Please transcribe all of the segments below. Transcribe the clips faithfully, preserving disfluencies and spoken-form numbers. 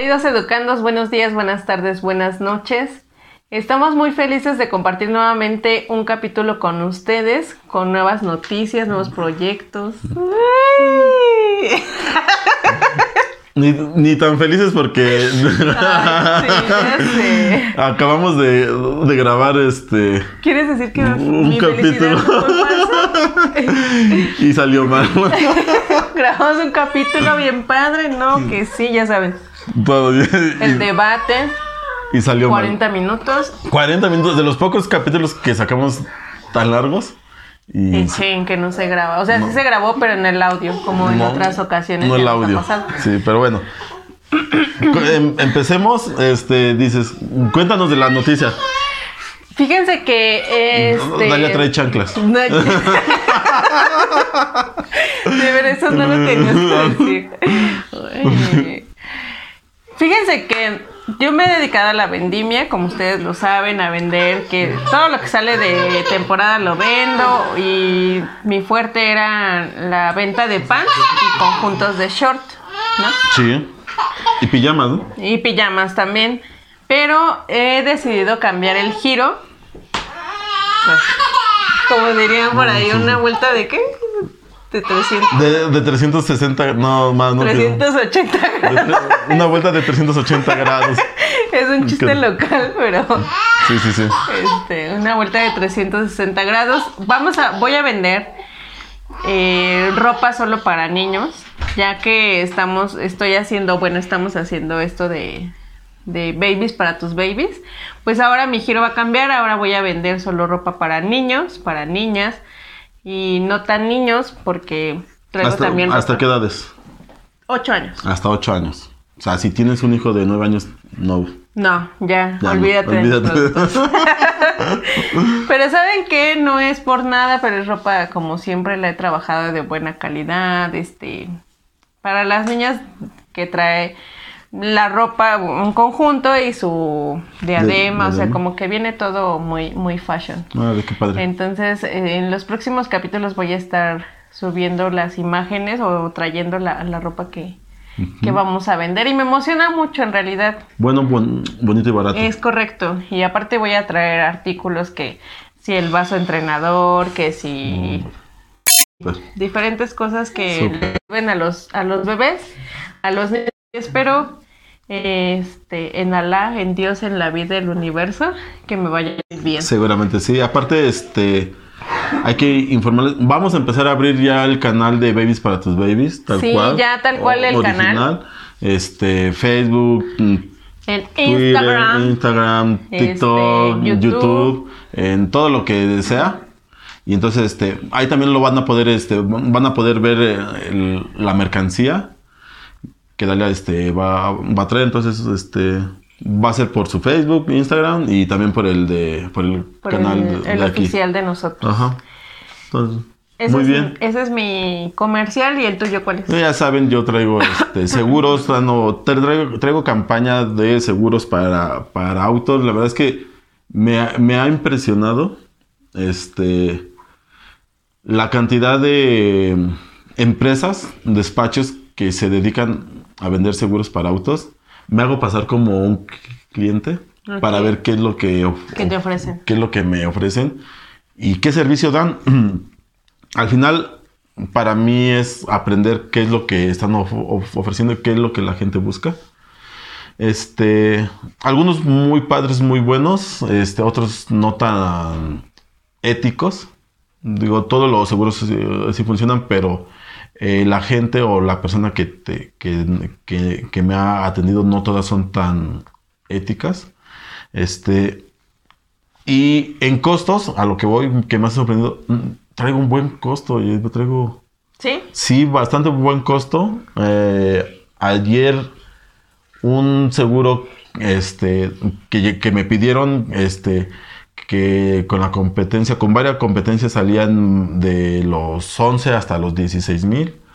Queridos educandos, buenos días, buenas tardes, buenas noches. Estamos muy felices de compartir nuevamente un capítulo con ustedes, con nuevas noticias, nuevos proyectos. Ni, ni tan felices porque Ay, sí, ya sé. acabamos de, de grabar este ¿Quieres decir que un mi capítulo felicidad fue falsa? y salió mal? Grabamos un capítulo bien padre, ¿no? Que sí, ya saben. Todo bien. El debate. Y salió cuarenta mal. minutos. cuarenta minutos de los pocos capítulos que sacamos tan largos. Y, Y chin, que no se graba. O sea, no. sí se grabó, pero en el audio, como en no, otras ocasiones. No que el nos ha audio. pasado. Sí, pero bueno. Em- empecemos. Este, dices, cuéntanos de la noticia. Fíjense que este. Dalia trae chanclas. No, de ver, eso no lo tenías que decir. Oye. Fíjense que yo me he dedicado a la vendimia, como ustedes lo saben, a vender, que todo lo que sale de temporada lo vendo, y mi fuerte era la venta de pants y conjuntos de short, ¿no? Sí. Y pijamas, ¿no? Y pijamas también, pero he decidido cambiar el giro, pues, como dirían por ahí, una vuelta de ¿qué? De trescientos. De, de trescientos sesenta, no más, no. trescientos ochenta grados. De, una vuelta de trescientos ochenta grados. Es un chiste ¿Qué? local, pero Sí, sí, sí. este, una vuelta de trescientos sesenta grados. Vamos a, voy a vender eh, ropa solo para niños, ya que estamos, estoy haciendo, bueno, estamos haciendo esto de, de babies para tus babies. Pues ahora mi giro va a cambiar, ahora voy a vender solo ropa para niños, para niñas. Y no tan niños, porque traigo ¿Hasta, también ¿Hasta ropa. qué edades? Ocho años. Hasta ocho años. O sea, si tienes un hijo de nueve años, no. No, ya, Ya olvídate. no, de los olvídate. productos. Pero ¿saben qué? No es por nada, pero es ropa, como siempre la he trabajado, de buena calidad. Este, para las niñas que trae la ropa, un conjunto y su diadema, De- o sea, diadema. como que viene todo muy, muy fashion. Madre, qué padre. Entonces, eh, en los próximos capítulos voy a estar subiendo las imágenes o trayendo la, la ropa que, uh-huh. que vamos a vender. Y me emociona mucho, en realidad. Bueno, buen, bonito y barato. Es correcto. Y aparte voy a traer artículos que, si el vaso entrenador, que si... Pues, diferentes cosas que Super. le sirven a los, a los bebés, a los niños. Espero este, en Alá, en Dios, en la vida, el universo, que me vaya bien. seguramente sí. Aparte, este... hay que informarles. Vamos a empezar a abrir ya el canal de Babies para tus Babies, tal Sí, cual. ya tal cual el original. canal. Este, Facebook, El Twitter, Instagram, Instagram, este, TikTok, YouTube. YouTube, en todo lo que sea. Y entonces, este, ahí también lo van a poder, este, van a poder ver eh, el- la mercancía que Dalia, este, va, va a traer. Entonces, este, va a ser por su Facebook, Instagram y también por el de, por el por canal el, de, el de aquí. oficial de nosotros. Ajá. Entonces, Ese muy es, bien. Ese es mi comercial. ¿Y el tuyo cuál es? Ya saben, yo traigo este, seguros, no, traigo, traigo campaña de seguros para, para autos. La verdad es que me, ha- me ha impresionado este, la cantidad de empresas, despachos que se dedican a vender seguros para autos. Me hago pasar como un cliente Ok. para ver qué es lo que, of- ¿Qué te ofrecen? qué es lo que me ofrecen y qué servicio dan. Al final, para mí es aprender qué es lo que están of- of- ofreciendo y qué es lo que la gente busca. Este, algunos muy padres, muy buenos, este, otros no tan éticos. Digo, todos los seguros sí, sí funcionan, pero eh, la gente o la persona que, te, que, que, que me ha atendido no todas son tan éticas. Este, y en costos, a lo que voy, que me ha sorprendido, mm, traigo un buen costo. Yo traigo, ¿Sí? sí, bastante buen costo. Eh, ayer un seguro este, que, que me pidieron, este, que con la competencia, con varias competencias salían de los once hasta los dieciséis mil.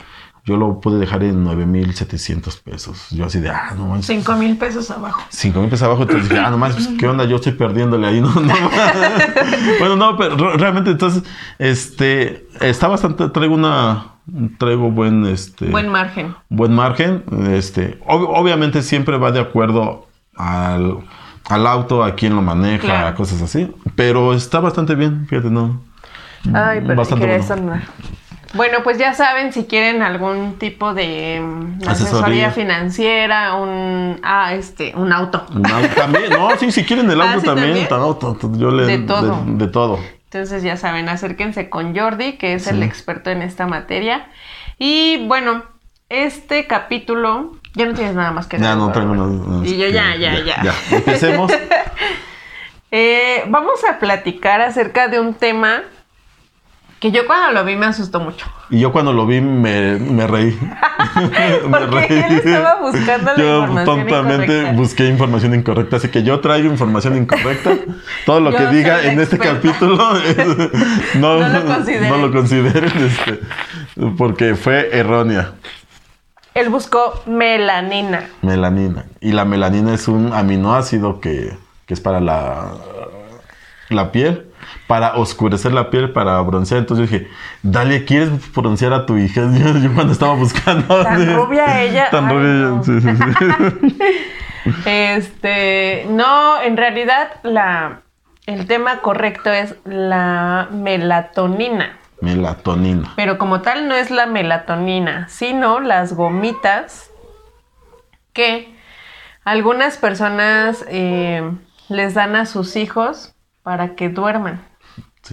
yo lo pude dejar en nueve mil setecientos pesos. Yo así de, ah, no manches. cinco mil pesos abajo. cinco mil pesos abajo. Entonces dije, ah, no manches, pues, ¿qué onda? Yo estoy perdiéndole ahí. No, no. Bueno, no, pero realmente entonces, este, está bastante, traigo una, traigo buen, este. Buen margen. Buen margen. Este, ob- obviamente siempre va de acuerdo al, al auto, a quién lo maneja, Claro. cosas así. Pero está bastante bien, fíjate, no. Ay, pero Bastante quería bueno. estornudar. Bueno, pues ya saben, si quieren algún tipo de mm, asesoría, Asesoría. financiera, un ah, este, un auto. Un auto también, no, sí, si quieren el Ah, auto ¿sí también, también? ta- auto, ta- yo le, De todo. De, de todo. Entonces ya saben, acérquense con Jordi, que es Sí. el experto en esta materia. Y bueno, este capítulo, ya no tienes nada más que Ya decir, no traigo ¿verdad? nada. Y yo ya, ya, ya. Ya, empecemos. Eh, vamos a platicar acerca de un tema que yo cuando lo vi me asustó mucho. Y yo cuando lo vi me, me reí. Me Porque él estaba buscando la yo información tontamente incorrecta. busqué información incorrecta, así que yo traigo información incorrecta. Todo lo Yo que soy diga la en este experta. capítulo es- no, No lo consideren. no lo consideren, este, porque fue errónea. Él buscó melanina. Melanina. Y la melanina es un aminoácido que, que es para la, la piel, para oscurecer la piel, para broncear. Entonces yo dije, Dalia, ¿quieres broncear a tu hija? Yo, yo cuando estaba buscando. Tan sí, rubia ella. Tan Ay, rubia ella, no. sí, sí, sí. Este, no, en realidad la, el tema correcto es la melatonina. Melatonina. Pero como tal no es la melatonina, sino las gomitas que algunas personas eh, les dan a sus hijos para que duerman. Sí.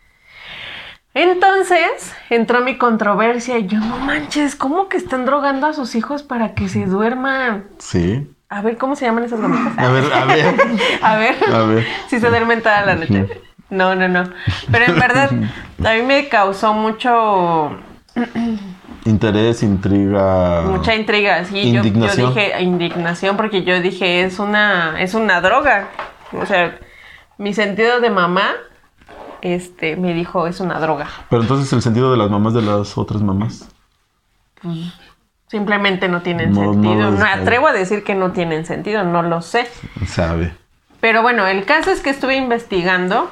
Entonces entró mi controversia y yo, no manches, ¿cómo que están drogando a sus hijos para que se duerman? Sí. A ver, ¿cómo se llaman esas gomitas? A ver, a ver. A ver, A ver. si se duermen toda la noche. No, no, no. Pero en verdad, a mí me causó mucho, Interés, intriga. mucha intriga. Sí, yo, yo Indignación. dije indignación porque yo dije, es una, es una droga. O sea, mi sentido de mamá, este, me dijo, es una droga. Pero entonces el sentido de las mamás de las otras mamás. Simplemente no tienen No, no sentido. los- Me atrevo a decir que no tienen sentido, no lo sé. Sabe. Pero bueno, el caso es que estuve investigando.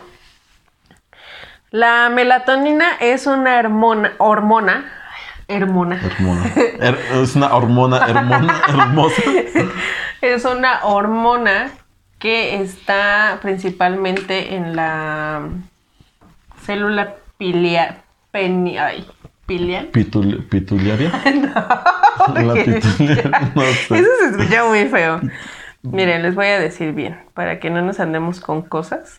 La melatonina es una hormona, hormona, hormona, Hormona. Her- es una hormona hermona, hermosa. es una hormona que está principalmente en la célula pilia, peni- ay, pilial. Pitul- ¿Pituliaria? La ¿Qué? pituliaria, no sé. Eso se escucha muy feo. Miren, les voy a decir bien, para que no nos andemos con cosas.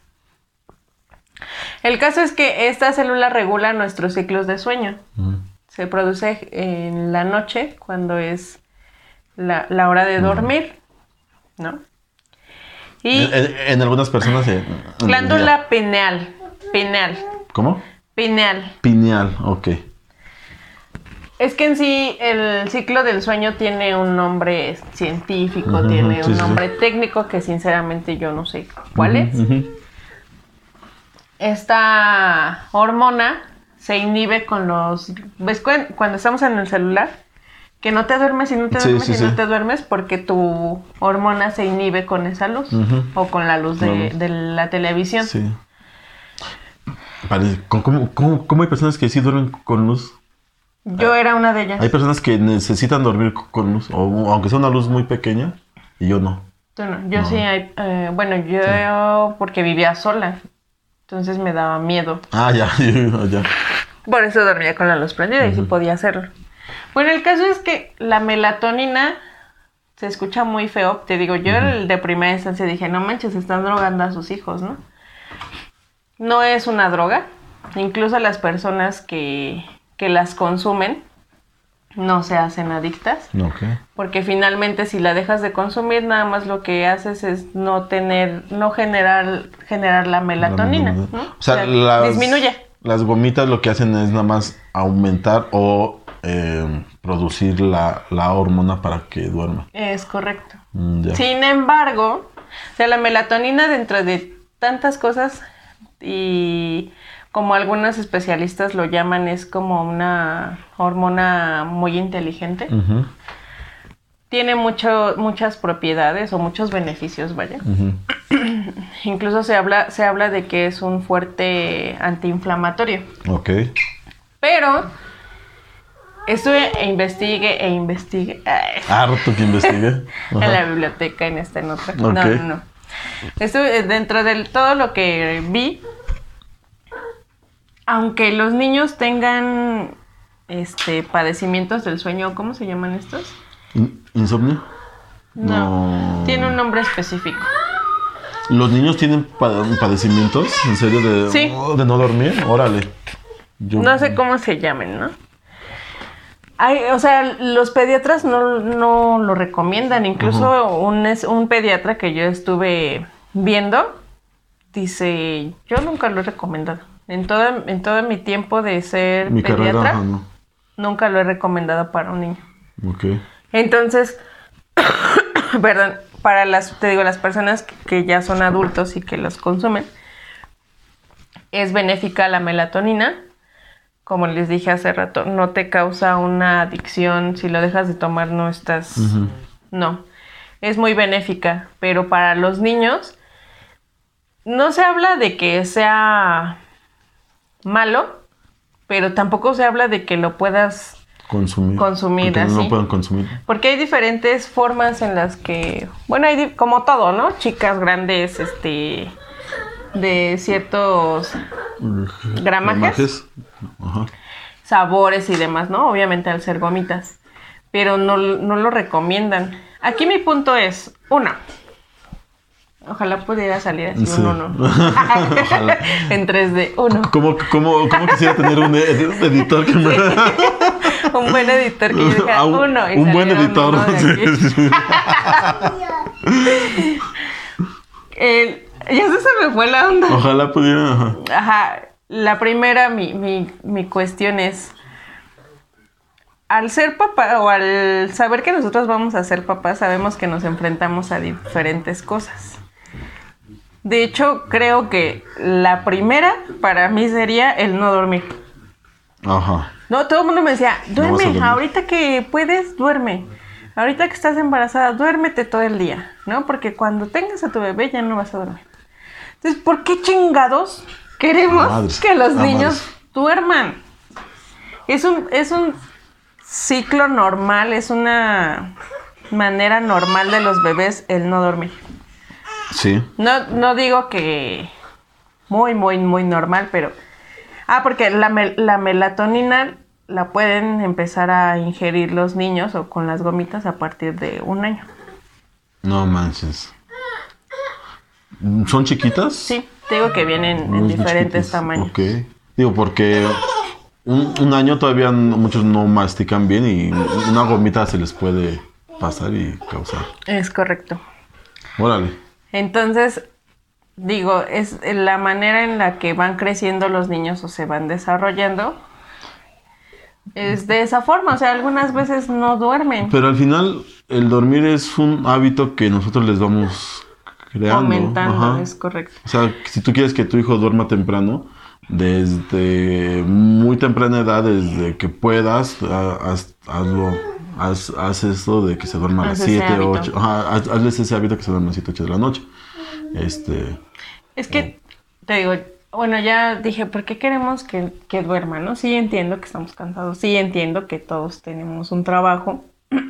El caso es que esta célula regula nuestros ciclos de sueño. Mm. Se produce en la noche, cuando es la, la hora de dormir, ¿no? Y En, en- en algunas personas. eh, en el glándula pineal, pineal, día. ¿Cómo? pineal. Pineal, ok. Es que en sí el ciclo del sueño tiene un nombre científico, Ujú, tiene sí, un sí. nombre técnico que sinceramente yo no sé cuál es. Ujú, ujú. Esta hormona se inhibe con los... ¿Ves cu- cuando estamos en el celular? Que no te duermes y no te Sí, duermes sí, y sí. no te duermes porque tu hormona se inhibe con esa luz Ujú. o con la luz de, La luz. de la televisión. Sí. Pare- ¿Cómo, cómo, cómo- cómo hay personas que sí duermen con luz? Yo era una de ellas. Hay personas que necesitan dormir c- con luz, o aunque sea una luz muy pequeña, y yo no. Tú no. Yo No. sí, hay, eh, bueno, yo porque vivía sola, entonces me daba miedo. Ah, ya, ya. Por eso dormía con la luz prendida y sí podía hacerlo. Bueno, el caso es que la melatonina se escucha muy feo. Te digo, yo el de primera instancia dije, no manches, están drogando a sus hijos, ¿no? No es una droga. Incluso las personas que, que las consumen no se hacen adictas. Ok. Porque finalmente si la dejas de consumir, nada más lo que haces es no tener, no generar, generar la melatonina, ¿no? O sea, las, disminuye. las gomitas lo que hacen es nada más aumentar o eh, producir la, la hormona para que duerma. Es correcto. Mm, ya. Sin embargo, o sea, la melatonina dentro de tantas cosas y como algunos especialistas lo llaman, es como una hormona muy inteligente. Uh-huh. Tiene mucho, muchas propiedades o muchos beneficios, vaya. Uh-huh. Incluso se habla, se habla de que es un fuerte antiinflamatorio. Ok. Pero estuve e investigué e investigué. Harto que investigué. En la biblioteca, en esta, en otra. Okay. No, no, no. Estuve dentro de todo lo que vi. Aunque los niños tengan este padecimientos del sueño, ¿cómo se llaman estos? ¿Insomnio? No, no. Tiene un nombre específico. ¿Los niños tienen padecimientos? ¿En serio? De, sí. ¿De no dormir? Órale. Yo... No sé cómo se llamen, ¿no? Hay, o sea, los pediatras no, no lo recomiendan. Incluso uh-huh. un, un pediatra que yo estuve viendo dice, yo nunca lo he recomendado. En todo, en todo mi tiempo de ser mi pediatra, carrera, no. nunca lo he recomendado para un niño. Okay. Entonces, perdón, para las, te digo, las personas que, que ya son adultos y que los consumen, es benéfica la melatonina. Como les dije hace rato, no te causa una adicción. Si lo dejas de tomar, no estás... Uh-huh. No, es muy benéfica. Pero para los niños, no se habla de que sea malo, pero tampoco se habla de que lo puedas consumir. Consumir, así. No lo puedan consumir. Porque hay diferentes formas en las que... Bueno, hay como todo, ¿no? Chicas grandes, este... de ciertos gramajes, gramajes. Ajá. Sabores y demás, ¿no? Obviamente al ser gomitas, pero no, no lo recomiendan. Aquí mi punto es, una, ojalá pudiera salir así, sí. un uno. Ojalá. En tres D, uno. ¿Cómo, cómo, cómo quisiera tener un editor que me... un buen editor que yo dijera un, uno. Y un buen editor. El... Ya se me fue la onda. Ojalá pudiera. Ajá. Ajá. La primera, mi, mi, mi cuestión es, al ser papá o al saber que nosotros vamos a ser papás, sabemos que nos enfrentamos a diferentes cosas. De hecho, creo que la primera para mí sería el no dormir. Ajá. No, todo el mundo me decía, duerme, no ahorita que puedes, duerme. Ahorita que estás embarazada, duérmete todo el día, ¿no? Porque cuando tengas a tu bebé ya no vas a dormir. Entonces, ¿por qué chingados queremos madres, que los niños madres. duerman? Es un, es un ciclo normal, es una manera normal de los bebés el no dormir. Sí. No, no digo que muy, muy, muy normal, pero... Ah, porque la, la melatonina la pueden empezar a ingerir los niños o con las gomitas a partir de un año. No manches. ¿Son chiquitas? Sí, te digo que vienen no en diferentes chiquitas. tamaños. Ok. Digo, porque un, un año todavía no, muchos no mastican bien y una gomita se les puede pasar y causar. Es correcto. Órale. Entonces, digo, es la manera en la que van creciendo los niños o se van desarrollando. Es de esa forma, o sea, algunas veces no duermen. Pero al final, el dormir es un hábito que nosotros les vamos creando. Aumentando, ajá. Es correcto. O sea, si tú quieres que tu hijo duerma temprano, desde muy temprana edad, desde que puedas, haz, hazlo. Haz, haz eso de que se duerma a las siete, ocho. Ajá, haz, hazles ese hábito que se duerma a las siete, ocho de la noche. Este... Es que, eh, te digo... Bueno, ya dije, ¿por qué queremos que, que duerma, no? Sí entiendo que estamos cansados, sí entiendo que todos tenemos un trabajo,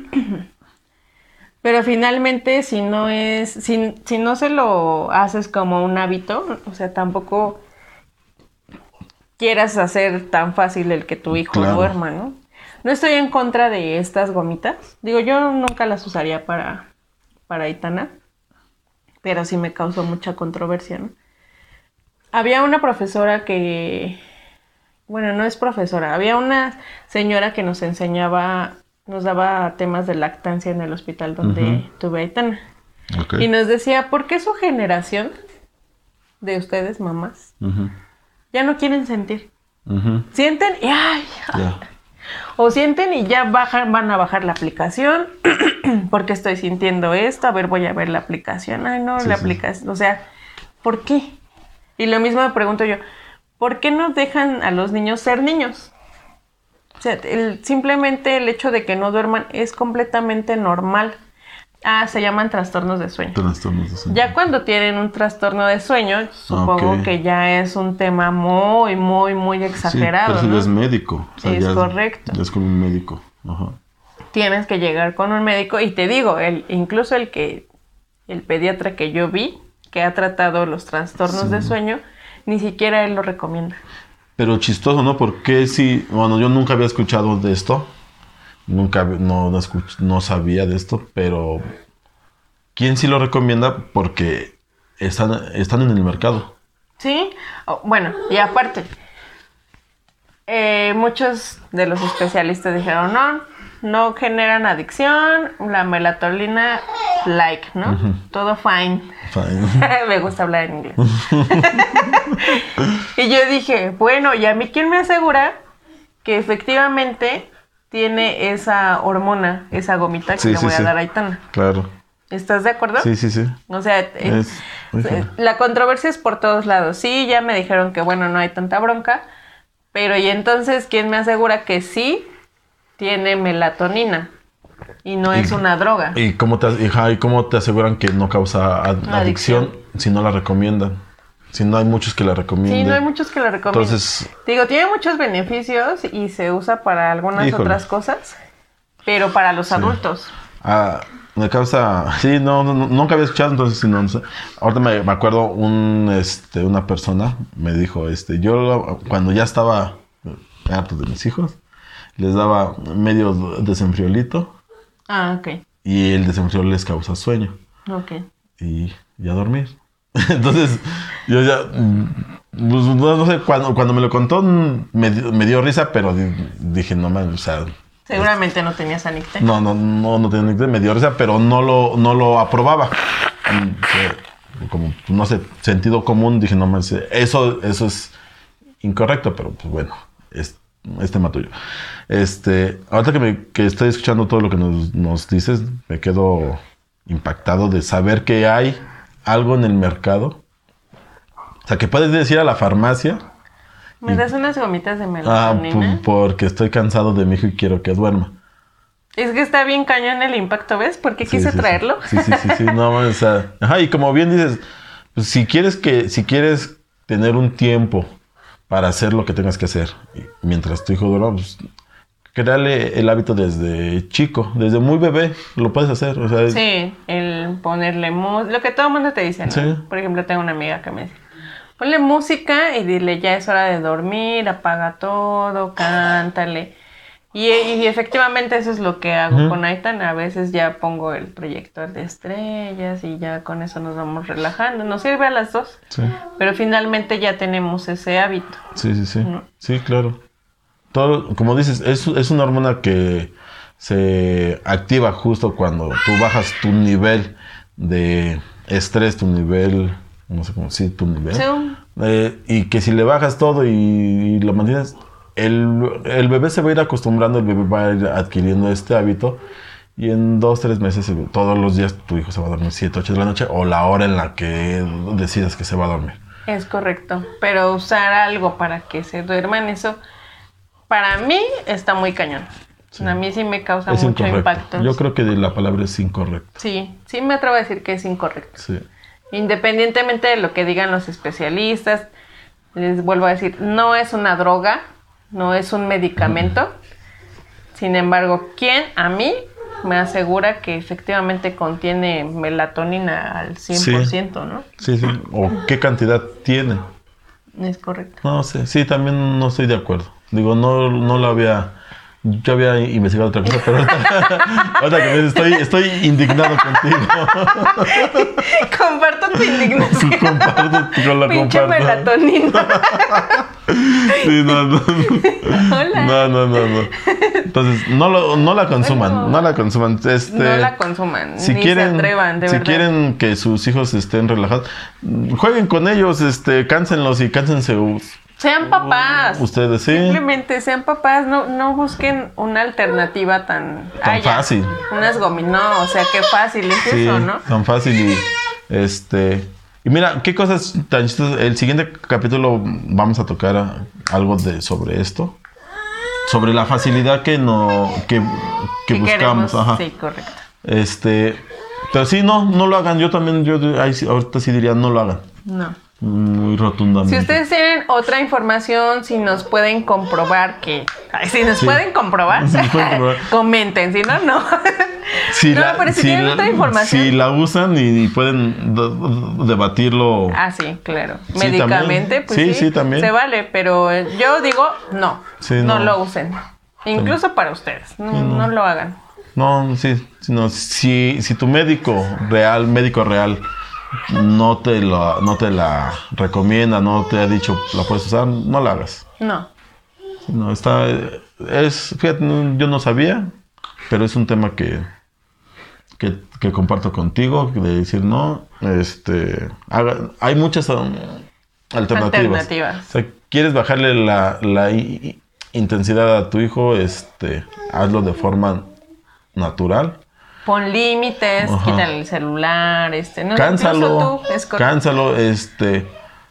pero finalmente si no es, si, si no se lo haces como un hábito, o sea, tampoco quieras hacer tan fácil el que tu hijo claro. duerma, ¿no? No estoy en contra de estas gomitas, digo, yo nunca las usaría para, para Itana, pero sí me causó mucha controversia, ¿no? Había una profesora que, bueno, no es profesora, había una señora que nos enseñaba, nos daba temas de lactancia en el hospital donde uh-huh. tuve a Itana. Okay. Y nos decía, ¿por qué su generación de ustedes, mamás, uh-huh. ya no quieren sentir? Uh-huh. Sienten y ¡ay! Yeah. O sienten y ya bajan, van a bajar la aplicación, porque estoy sintiendo esto, a ver, voy a ver la aplicación. Ay, no, sí, la sí. aplicación, o sea, ¿por qué? Y lo mismo me pregunto yo, ¿por qué no dejan a los niños ser niños? O sea, el, simplemente el hecho de que no duerman es completamente normal. Ah, se llaman trastornos de sueño. Trastornos de sueño. Ya cuando tienen un trastorno de sueño, supongo Okay. que ya es un tema muy, muy, muy exagerado, Sí, pero eso ¿no? ya es médico. O sea, Es ya correcto. Ya es con un médico. Ajá. Tienes que llegar con un médico y te digo, el, incluso el que el pediatra que yo vi, que ha tratado los trastornos Sí. de sueño, ni siquiera él lo recomienda. Pero chistoso, ¿no? Porque si, bueno, yo nunca había escuchado de esto. Nunca, no, no, escuch- no sabía de esto, pero ¿quién sí lo recomienda? Porque están, están en el mercado. ¿Sí? Oh, bueno, y aparte, eh, muchos de los especialistas dijeron, no, no generan adicción, la melatonina, like, ¿no? Ujú. Todo fine. Fine. Me gusta hablar en inglés. Y yo dije, bueno, ¿y a mí quién me asegura que efectivamente tiene esa hormona, esa gomita que Sí, le sí, voy a sí. dar a Aitana? Claro. ¿Estás de acuerdo? Sí, sí, sí. O sea, eh, Es- eh, la controversia es por todos lados. Sí, ya me dijeron que, bueno, no hay tanta bronca, pero ¿y entonces quién me asegura que sí tiene melatonina y no es Y- una droga? ¿Y cómo te, hija, ¿y cómo te aseguran que no causa ad- adicción, Adicción. si no la recomiendan? Si no hay muchos que la recomienden. Sí, no hay muchos que la recomiendan. Entonces, Digo, tiene muchos beneficios y se usa para algunas Híjole. otras cosas, pero para los adultos. ah, me causa... Sí, no, no, no, nunca había escuchado, entonces sí, no, no sé. Ahorita me, me acuerdo un, este, una persona me dijo, este, yo cuando ya estaba harto de mis hijos, les daba medio desenfriolito Ah, ok. y el desenfriol les causa sueño. Ok. Y ya dormir. Entonces, yo ya, mm, pues, no, no sé, cuando, cuando me lo contó mm, me, dio- me dio risa, pero di- dije, no man, o sea, Seguramente no tenías Anicte. no, no, no, no tenía ni idea, me dio risa, pero no lo, no lo aprobaba. Mm, o sea, como, no sé, sentido común, dije, no man, eso, eso es incorrecto, pero pues bueno, es, es tema tuyo. Este, ahorita que, me, que estoy escuchando todo lo que nos, nos dices, me quedo impactado de saber que hay algo en el mercado. O sea, que puedes ir a la farmacia. ¿Me das unas gomitas de Ah, melatonina? p- porque estoy cansado de mi hijo y quiero que duerma. Es que está bien cañón el impacto, ¿ves? ¿Por qué Sí, quise sí, sí. traerlo? Sí, sí, sí, sí. No, o sea, ajá, y como bien dices, pues, si quieres que, si quieres tener un tiempo para hacer lo que tengas que hacer, y mientras tu hijo duerma, pues, créale el hábito desde chico, desde muy bebé, lo puedes hacer. O sea, Sí, el ponerle música, lo que todo el mundo te dice, ¿no? Sí. Por ejemplo, tengo una amiga que me dice, ponle música y dile, ya es hora de dormir, apaga todo, cántale. Y, y efectivamente eso es lo que hago Ujú. con Aitan. A veces ya pongo el proyector de estrellas y ya con eso nos vamos relajando. Nos sirve a las dos, sí, pero finalmente ya tenemos ese hábito. sí, sí, sí. ¿No? Sí, claro. Todo, como dices, es, es una hormona que se activa justo cuando tú bajas tu nivel de estrés, tu nivel, no sé cómo sí, tu nivel. Sí. Eh, y que si le bajas todo y, y lo mantienes, el, el bebé se va a ir acostumbrando, el bebé va a ir adquiriendo este hábito y en dos, tres meses, todos los días tu hijo se va a dormir siete, ocho de la noche o la hora en la que decidas que se va a dormir. Es correcto, pero usar algo para que se duerman, eso para mí está muy cañón. Sí. A mí sí me causa Es mucho incorrecto. impacto. Yo creo que la palabra es incorrecta. Sí, sí me atrevo a decir que es incorrecto. Sí. Independientemente de lo que digan los especialistas, les vuelvo a decir, no es una droga, no es un medicamento. Sin embargo, ¿quién a mí me asegura que efectivamente contiene melatonina al cien por ciento, Sí. ¿no? Sí, sí. ¿O qué cantidad tiene? Es correcto. No sé. Sí, también no estoy de acuerdo. Digo, no, no lo había... Yo había investigado otra cosa, pero ahorita, ahorita que me dices, estoy, estoy indignado contigo. Comparto tu indignación. Comparto, yo la Pinche comparto. melatonina. Sí, no, no. Hola. No, no, no, no. Entonces, no, lo, no la consuman, Bueno. no la consuman. Este, No la consuman, si ni quieren, se atrevan, de si verdad. quieren que sus hijos estén relajados, jueguen con ellos, este, cánsenlos y cánsense u- Sean papás. ustedes, sí. Simplemente sean papás, no, no busquen una alternativa tan... Tan ah, ya, fácil. Unas gomis, no, o sea, qué fácil es Sí, eso, ¿no? tan fácil y este Y mira, qué cosas tan chistosas. El siguiente capítulo vamos a tocar a- algo de sobre esto. Sobre la facilidad que no que, que ¿Qué buscamos. queremos? Ajá. Sí, correcto. Este, pero sí, no, no lo hagan. Yo también, yo ahí sí- ahorita sí diría, no lo hagan. No. Muy rotundamente. Si ustedes tienen otra información, si nos pueden comprobar que... Ay, si nos Sí. pueden comprobar, Si nos pueden comprobar. comenten, si no, no. Si No, la, pero si tienen la- otra información. si la usan y, y pueden d- d- debatirlo. Ah, sí, claro. Sí, Médicamente, también. pues Sí, sí, sí, también. se vale, pero yo digo, no, Sí, no, no. lo usen. Incluso para ustedes, no, Sí, no. no lo hagan. No, sí, sino si, si tu médico real, médico real, no te, lo, no te la recomienda, no te ha dicho la puedes usar, no la hagas. No. No, está, es, fíjate, no- yo no sabía, pero es un tema que, que, que comparto contigo, de decir no, este, haga- hay muchas um, alternativas. Alternativas. O sea, quieres bajarle la, la i- intensidad a tu hijo, este, hazlo de forma natural. Pon límites, Ajá. quítale el celular, este, no, Cánsalo, incluso tú, es correcto. cánsalo, este,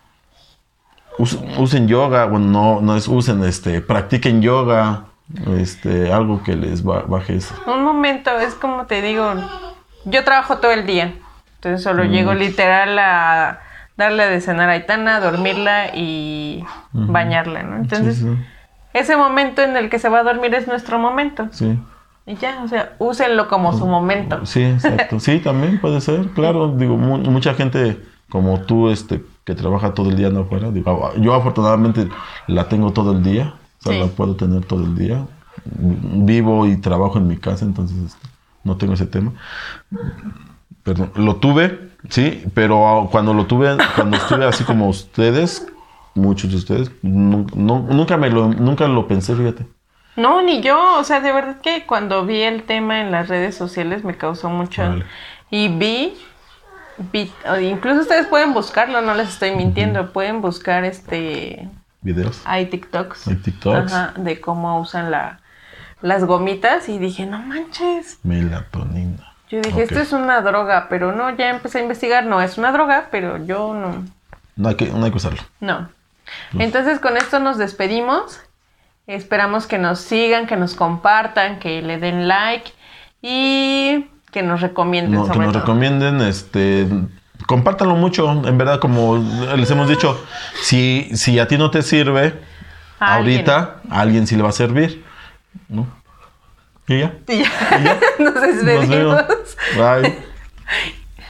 us- usen yoga, bueno, no, no es usen, este, practiquen yoga, este, algo que les ba- baje eso. Un momento, es como te digo, yo trabajo todo el día, entonces solo Mm. llego literal a darle de cenar a Aitana, dormirla y bañarla, ¿no? Entonces, Sí, sí, ese momento en el que se va a dormir es nuestro momento. sí, Y ya, o sea, úsenlo como su momento. sí, exacto. Sí, también puede ser, claro. Digo, mu- mucha gente como tú, este, que trabaja todo el día no afuera. Digo, yo afortunadamente la tengo todo el día, o sea, Sí. la puedo tener todo el día. Vivo y trabajo en mi casa, entonces este, no tengo ese tema. Perdón, lo tuve, sí, pero cuando lo tuve, cuando estuve así como ustedes, muchos de ustedes, nu- no- nunca me lo, nunca lo pensé, fíjate. No, ni yo, o sea, de verdad que cuando vi el tema en las redes sociales me causó mucho. Vale. Y vi, vi, o incluso ustedes pueden buscarlo, no les estoy mintiendo, pueden buscar este, Videos. hay TikToks. Hay TikToks. Ajá, de cómo usan la, las gomitas y dije, no manches. Melatonina. Yo dije, Ok. esto es una droga, pero no, ya empecé a investigar, no es una droga, pero yo no, No hay que, no hay que usarlo. no. Entonces con esto nos despedimos. Esperamos que nos sigan, que nos compartan, que le den like y que nos recomienden. No, que sobre nos todo. recomienden, este, compártanlo mucho, en verdad, como les hemos dicho, si, si a ti no te sirve, A ahorita, a alguien sí le va a servir, ¿no? Y ya. Y ya, Y ya. nos Nos despedimos. vemos. Bye.